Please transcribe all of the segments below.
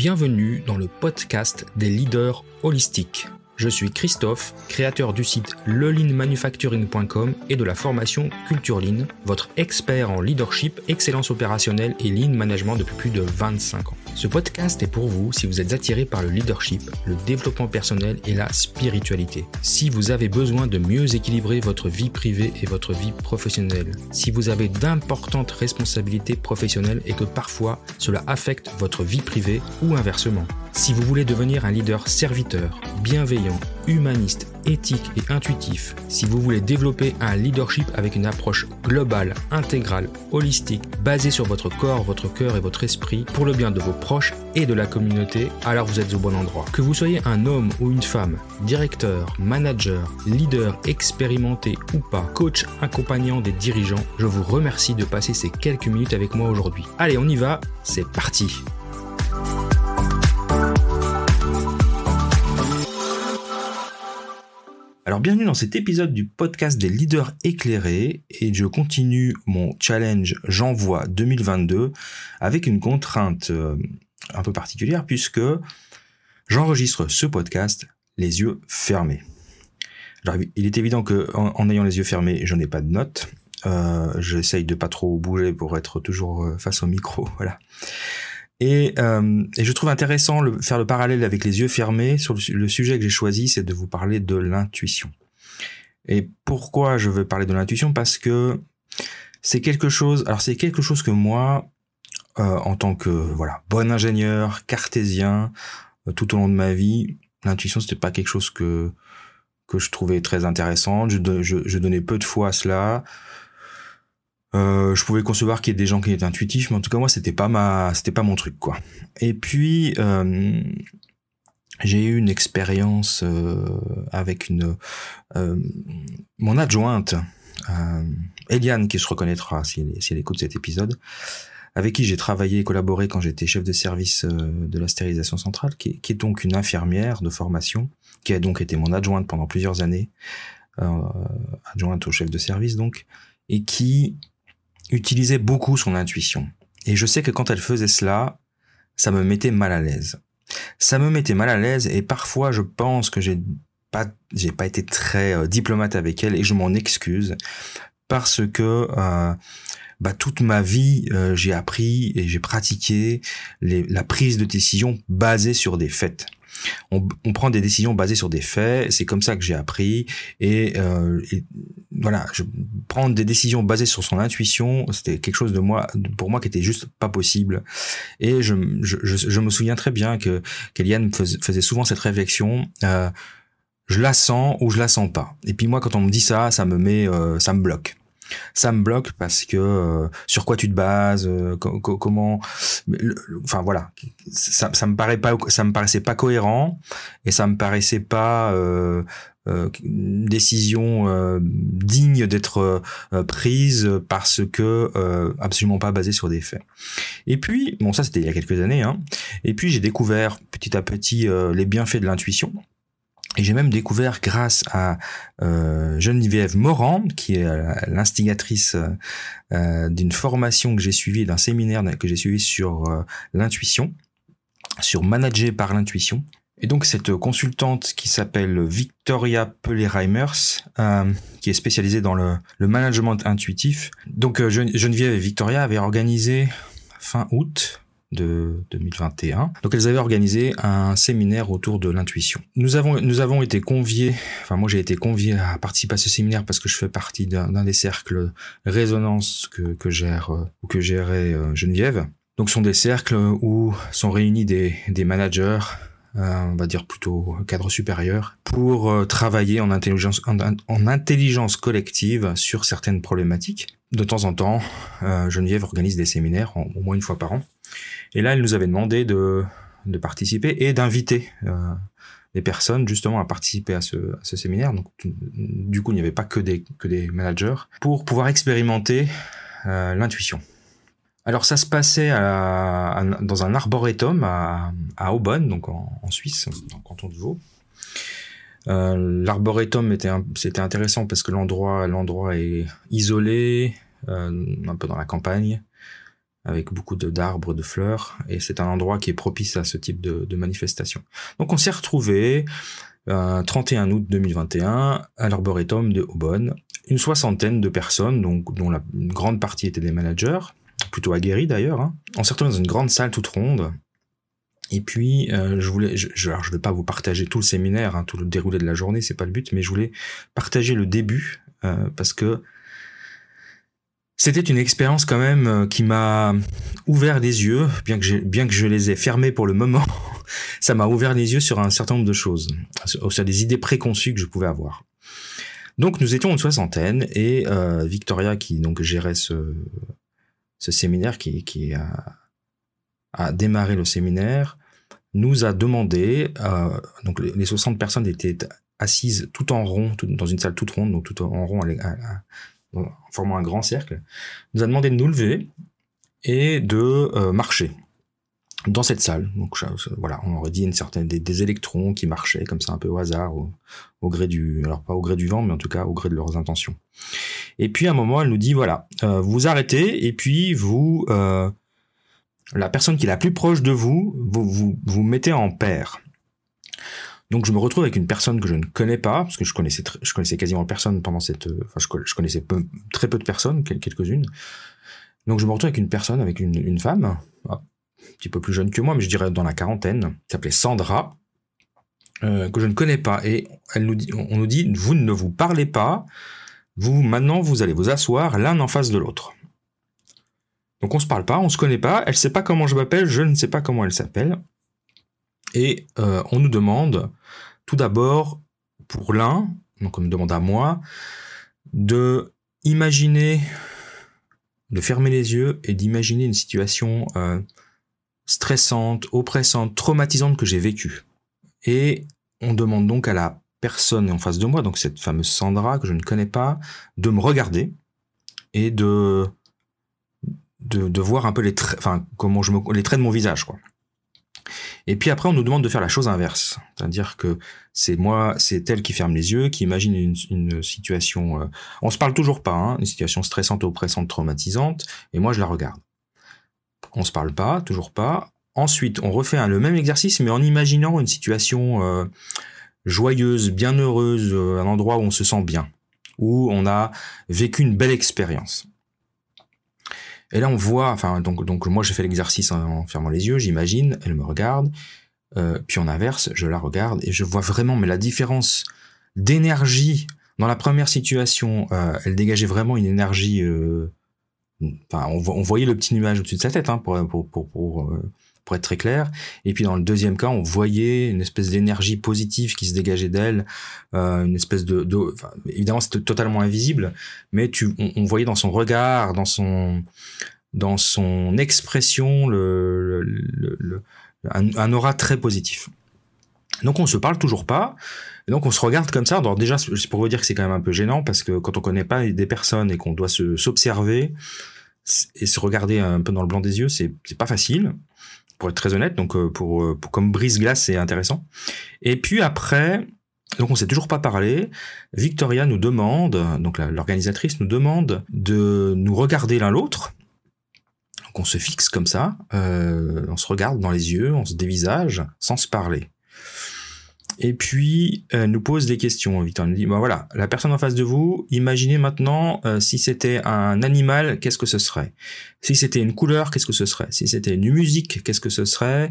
Bienvenue dans le podcast des leaders holistiques. Je suis Christophe, créateur du site leLeanManufacturing.com et de la formation Culture Lean, votre expert en leadership, excellence opérationnelle et lean management depuis plus de 25 ans. Ce podcast est pour vous si vous êtes attiré par le leadership, le développement personnel et la spiritualité. Si vous avez besoin de mieux équilibrer votre vie privée et votre vie professionnelle. Si vous avez d'importantes responsabilités professionnelles et que parfois cela affecte votre vie privée ou inversement. Si vous voulez devenir un leader serviteur, bienveillant, humaniste, éthique et intuitif, si vous voulez développer un leadership avec une approche globale, intégrale, holistique, basée sur votre corps, votre cœur et votre esprit, pour le bien de vos proches et de la communauté, alors vous êtes au bon endroit. Que vous soyez un homme ou une femme, directeur, manager, leader expérimenté ou pas, coach accompagnant des dirigeants, je vous remercie de passer ces quelques minutes avec moi aujourd'hui. Allez, on y va, c'est parti! Alors bienvenue dans cet épisode du podcast des leaders éclairés et je continue mon challenge J'envoie 2022 avec une contrainte un peu particulière puisque j'enregistre ce podcast les yeux fermés. Alors il est évident que en ayant les yeux fermés, je n'ai pas de notes. J'essaye de pas trop bouger pour être toujours face au micro, voilà. Et je trouve intéressant faire le parallèle avec les yeux fermés sur le sujet que j'ai choisi, c'est de vous parler de l'intuition. Et pourquoi je veux parler de l'intuition ? Parce que c'est quelque chose que moi, en tant que bon ingénieur, cartésien, tout au long de ma vie, l'intuition c'était pas quelque chose que je trouvais très intéressant. Je donnais peu de foi à cela. Je pouvais concevoir qu'il y ait des gens qui étaient intuitifs, mais en tout cas moi c'était pas mon truc quoi. Et puis j'ai eu une expérience avec mon adjointe Eliane, qui se reconnaîtra si elle écoute cet épisode, avec qui j'ai travaillé et collaboré quand j'étais chef de service de la stérilisation centrale, qui est donc une infirmière de formation, qui a donc été mon adjointe pendant plusieurs années, adjointe au chef de service donc, et qui utilisait beaucoup son intuition. Et je sais que quand elle faisait cela, ça me mettait mal à l'aise. Et parfois je pense que j'ai pas été très diplomate avec elle et je m'en excuse parce que toute ma vie j'ai appris et j'ai pratiqué la prise de décision basée sur des faits. On prend des décisions basées sur des faits, c'est comme ça que j'ai appris et voilà, prendre des décisions basées sur son intuition, c'était quelque chose pour moi qui était juste pas possible. Et je me souviens très bien que qu'Eliane faisait souvent cette réflexion, je la sens ou je la sens pas. Et puis moi quand on me dit ça me bloque. Ça me bloque parce que sur quoi tu te bases, comment, enfin voilà, ça me paraissait pas cohérent et ça me paraissait pas une décision digne d'être prise parce que absolument pas basée sur des faits. Et puis ça c'était il y a quelques années, hein. Et puis j'ai découvert petit à petit les bienfaits de l'intuition. Et j'ai même découvert grâce à Geneviève Morand, qui est l'instigatrice d'une formation que j'ai suivie, d'un séminaire que j'ai suivi sur l'intuition, sur manager par l'intuition. Et donc cette consultante qui s'appelle Victoria Pelé-Reimers, qui est spécialisée dans le management intuitif. Donc Geneviève et Victoria avaient organisé fin août de 2021. Donc elles avaient organisé un séminaire autour de l'intuition. Nous avons été conviés, moi j'ai été convié à participer à ce séminaire parce que je fais partie d'un des cercles résonance que gérait Geneviève. Donc ce sont des cercles où sont réunis des managers, on va dire plutôt cadre supérieur, pour travailler en intelligence collective sur certaines problématiques. De temps en temps, Geneviève organise des séminaires au moins une fois par an. Et là, elle nous avait demandé de participer et d'inviter des personnes justement à participer à ce séminaire. Donc, du coup, il n'y avait pas que des managers pour pouvoir expérimenter l'intuition. Alors, ça se passait dans un arboretum à Aubonne, donc en Suisse, dans le canton de Vaud. L'arboretum c'était intéressant parce que l'endroit est isolé, un peu dans la campagne. avec beaucoup d'arbres, de fleurs, et c'est un endroit qui est propice à ce type de manifestation. Donc on s'est retrouvés 31 août 2021 à l'Arboretum de Aubonne, une soixantaine de personnes, donc, dont une grande partie étaient des managers, plutôt aguerris d'ailleurs. Hein. On s'est retrouvés dans une grande salle toute ronde, et puis alors je vais pas vous partager tout le séminaire, hein, tout le déroulé de la journée, c'est pas le but, mais je voulais partager le début, parce que c'était une expérience quand même qui m'a ouvert les yeux, bien que je les ai fermés pour le moment. Ça m'a ouvert les yeux sur un certain nombre de choses, sur des idées préconçues que je pouvais avoir. Donc nous étions une soixantaine, et Victoria, qui donc gérait ce séminaire, qui a démarré le séminaire, nous a demandé, donc les 60 personnes étaient assises tout en rond, dans une salle toute ronde, donc tout en rond en formant un grand cercle, nous a demandé de nous lever et de marcher dans cette salle. Donc voilà, on aurait dit des électrons qui marchaient comme ça un peu au hasard, au gré alors pas au gré du vent, mais en tout cas au gré de leurs intentions. Et puis à un moment, elle nous dit voilà, vous arrêtez, et puis vous, la personne qui est la plus proche de vous mettez en paire. Donc je me retrouve avec une personne que je ne connais pas, parce que je connaissais quasiment personne pendant je connaissais très peu de personnes, quelques-unes. Donc je me retrouve avec une personne, avec une femme, un petit peu plus jeune que moi, mais je dirais dans la quarantaine, qui s'appelait Sandra, que je ne connais pas. Et on nous dit, vous ne vous parlez pas, maintenant vous allez vous asseoir l'un en face de l'autre. Donc on se parle pas, on se connaît pas, elle sait pas comment je m'appelle, je ne sais pas comment elle s'appelle. Et on nous demande, tout d'abord, pour l'un, donc on me demande à moi, de fermer les yeux et d'imaginer une situation stressante, oppressante, traumatisante que j'ai vécue. Et on demande donc à la personne en face de moi, donc cette fameuse Sandra que je ne connais pas, de me regarder et de voir un peu les traits de mon visage, quoi. Et puis après, on nous demande de faire la chose inverse. C'est-à-dire que c'est elle qui ferme les yeux, qui imagine une situation... on se parle toujours pas, hein, une situation stressante, oppressante, traumatisante, et moi je la regarde. On se parle pas, toujours pas. Ensuite, on refait le même exercice, mais en imaginant une situation joyeuse, bien heureuse, un endroit où on se sent bien, où on a vécu une belle expérience. Et là, on voit, donc moi j'ai fait l'exercice en fermant les yeux, j'imagine, elle me regarde, puis en inverse, je la regarde et je vois vraiment, mais la différence d'énergie dans la première situation, elle dégageait vraiment une énergie, on voyait le petit nuage au-dessus de sa tête, hein, pour être très clair. Et puis dans le deuxième cas, on voyait une espèce d'énergie positive qui se dégageait d'elle, une espèce évidemment c'était totalement invisible, mais on voyait dans son regard, dans son expression un aura très positif. Donc on se parle toujours pas, et donc on se regarde comme ça. Alors déjà, c'est pour vous dire que c'est quand même un peu gênant, parce que quand on connaît pas des personnes et qu'on doit s'observer et se regarder un peu dans le blanc des yeux, c'est pas facile, pour être très honnête. Donc comme brise-glace, c'est intéressant. Et puis après, donc on s'est toujours pas parlé. Victoria nous demande, donc l'organisatrice nous demande de nous regarder l'un l'autre. Donc on se fixe comme ça, on se regarde dans les yeux, on se dévisage, sans se parler. Et puis, elle nous pose des questions. Victor nous dit, voilà, la personne en face de vous, imaginez maintenant, si c'était un animal, qu'est-ce que ce serait? Si c'était une couleur, qu'est-ce que ce serait? Si c'était une musique, qu'est-ce que ce serait?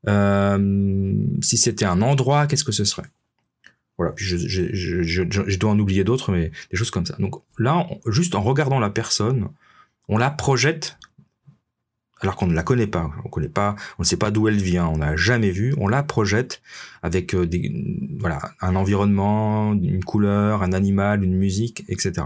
Si c'était un endroit, qu'est-ce que ce serait? Voilà, puis je dois en oublier d'autres, mais des choses comme ça. Donc là, juste en regardant la personne, on la projette, alors qu'on ne la connaît pas, on ne sait pas d'où elle vient, on n'a jamais vu, on la projette avec un environnement, une couleur, un animal, une musique, etc.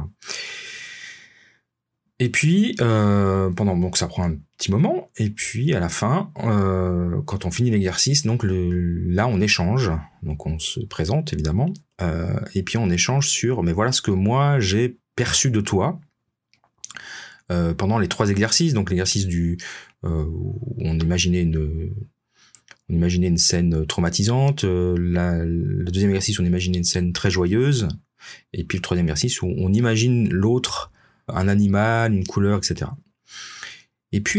Et puis donc ça prend un petit moment, et puis à la fin, quand on finit l'exercice, donc là on échange, donc on se présente évidemment, et puis on échange sur, mais voilà ce que moi j'ai perçu de toi. Pendant les 3 exercices, donc l'exercice où on imaginait une scène traumatisante, le deuxième exercice on imaginait une scène très joyeuse, et puis le troisième exercice où on imagine l'autre, un animal, une couleur, etc. Et puis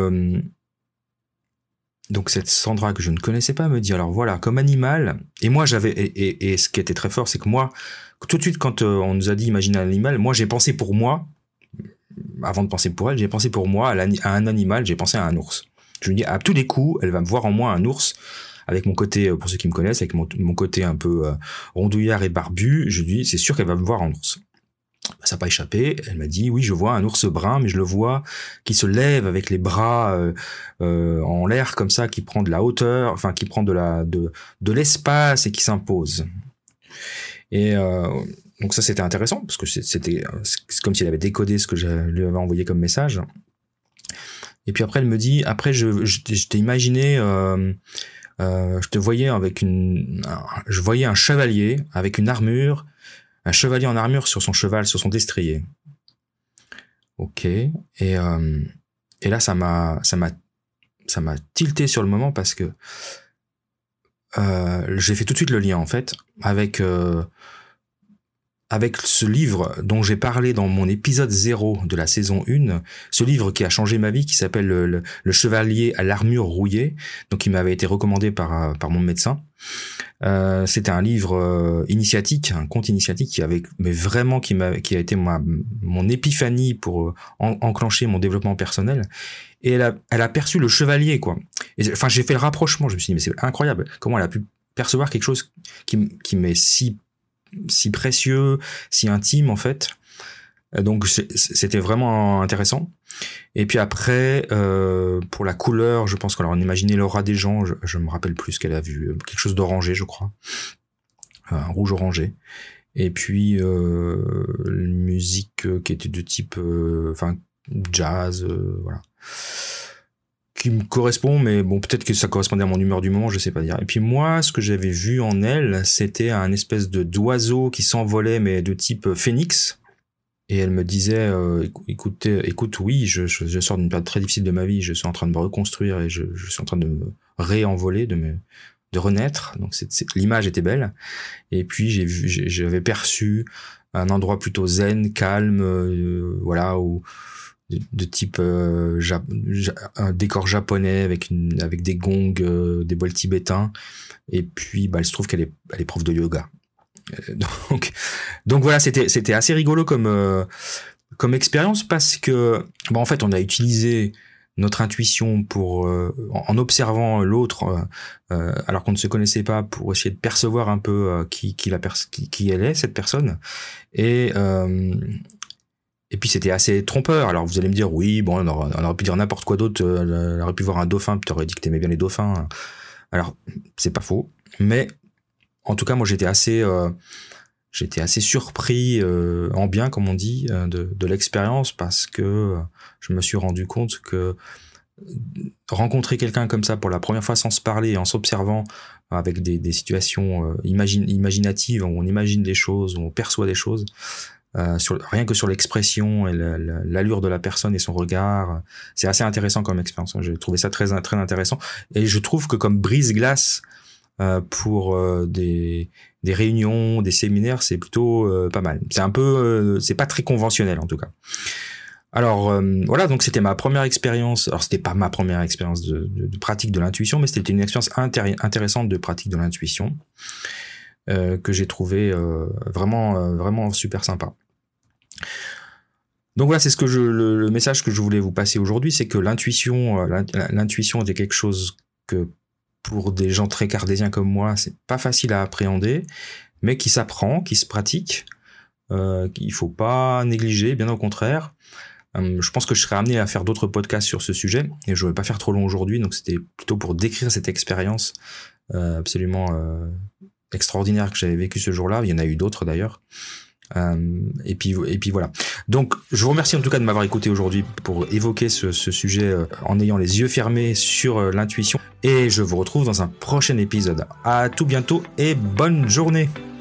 donc cette Sandra que je ne connaissais pas me dit, alors voilà, comme animal, et moi j'avais, et ce qui était très fort, c'est que moi, tout de suite quand on nous a dit imaginer un animal, moi j'ai pensé pour moi, avant de penser pour elle, j'ai pensé pour moi à un animal, j'ai pensé à un ours. Je me dis, à tous les coups, elle va me voir en moi un ours, avec mon côté, pour ceux qui me connaissent, avec mon côté un peu rondouillard et barbu, je dis, c'est sûr qu'elle va me voir en ours. Ça n'a pas échappé, elle m'a dit, oui, je vois un ours brun, mais je le vois qui se lève avec les bras en l'air comme ça, qui prend de la hauteur, enfin qui prend de l'espace et qui s'impose. Et donc ça c'était intéressant, parce que c'est comme si elle avait décodé ce que je lui avais envoyé comme message. Et puis après elle me dit, après je t'ai imaginé, je te voyais je voyais un chevalier avec une armure, un chevalier en armure sur son cheval, sur son destrier. Ok. Et là, ça m'a tilté sur le moment, parce que j'ai fait tout de suite le lien, en fait, avec ce livre dont j'ai parlé dans mon épisode 0 de la saison 1, ce livre qui a changé ma vie, qui s'appelle le Chevalier à l'armure rouillée, donc qui m'avait été recommandé par mon médecin. C'était un livre initiatique, un conte initiatique qui a été mon épiphanie pour enclencher mon développement personnel. Et elle a perçu le chevalier, quoi. Enfin, j'ai fait le rapprochement. Je me suis dit, mais c'est incroyable comment elle a pu percevoir quelque chose qui m'est si précieux, si intime, en fait. Donc c'était vraiment intéressant. Et puis après, pour la couleur, je pense qu'on imaginait l'aura des gens, je me rappelle plus ce qu'elle a vu, quelque chose d'orangé, je crois, un rouge orangé. Et puis une musique qui était de type, jazz, voilà, qui me correspond, mais bon, peut-être que ça correspondait à mon humeur du moment, je sais pas dire. Et puis moi, ce que j'avais vu en elle, c'était un espèce d'oiseau qui s'envolait, mais de type phénix. Et elle me disait, écoute, oui, je sors d'une période très difficile de ma vie, je suis en train de me reconstruire et je suis en train de me réenvoler, de renaître. Donc l'image était belle. Et puis j'avais perçu un endroit plutôt zen, calme, voilà, où de type un décor japonais avec des gongs, des bols tibétains. Et puis il se trouve qu'elle est prof de yoga. Donc voilà, c'était assez rigolo comme expérience, parce que en fait on a utilisé notre intuition pour en observant l'autre alors qu'on ne se connaissait pas, pour essayer de percevoir un peu qui elle est, cette personne. Et puis c'était assez trompeur. Alors vous allez me dire, oui, bon, on aurait pu dire n'importe quoi d'autre. On aurait pu voir un dauphin, puis t'aurais dit que t'aimais bien les dauphins. Alors c'est pas faux, mais en tout cas moi j'étais assez surpris en bien, comme on dit, de l'expérience, parce que je me suis rendu compte que rencontrer quelqu'un comme ça pour la première fois, sans se parler et en s'observant, avec des situations imaginatives où on imagine des choses, où on perçoit des choses, rien que sur l'expression et l'allure de la personne et son regard, c'est assez intéressant comme expérience. J'ai trouvé ça très très intéressant, et je trouve que comme brise-glace pour des réunions, des séminaires, c'est plutôt pas mal. C'est un peu, c'est pas très conventionnel en tout cas. Alors voilà, donc c'était ma première expérience. Alors c'était pas ma première expérience de pratique de l'intuition, mais c'était une expérience intéressante de pratique de l'intuition que j'ai trouvé vraiment super sympa. Donc voilà, c'est le message que je voulais vous passer aujourd'hui, c'est que l'intuition était quelque chose que, pour des gens très cartésiens comme moi, c'est pas facile à appréhender, mais qui s'apprend, qui se pratique, qu'il faut pas négliger, bien au contraire. Je pense que je serai amené à faire d'autres podcasts sur ce sujet, et je vais pas faire trop long aujourd'hui, donc c'était plutôt pour décrire cette expérience absolument extraordinaire que j'avais vécue ce jour-là. Il y en a eu d'autres d'ailleurs. Et puis voilà. Donc je vous remercie en tout cas de m'avoir écouté aujourd'hui pour évoquer ce sujet en ayant les yeux fermés sur l'intuition, et je vous retrouve dans un prochain épisode. À tout bientôt et bonne journée.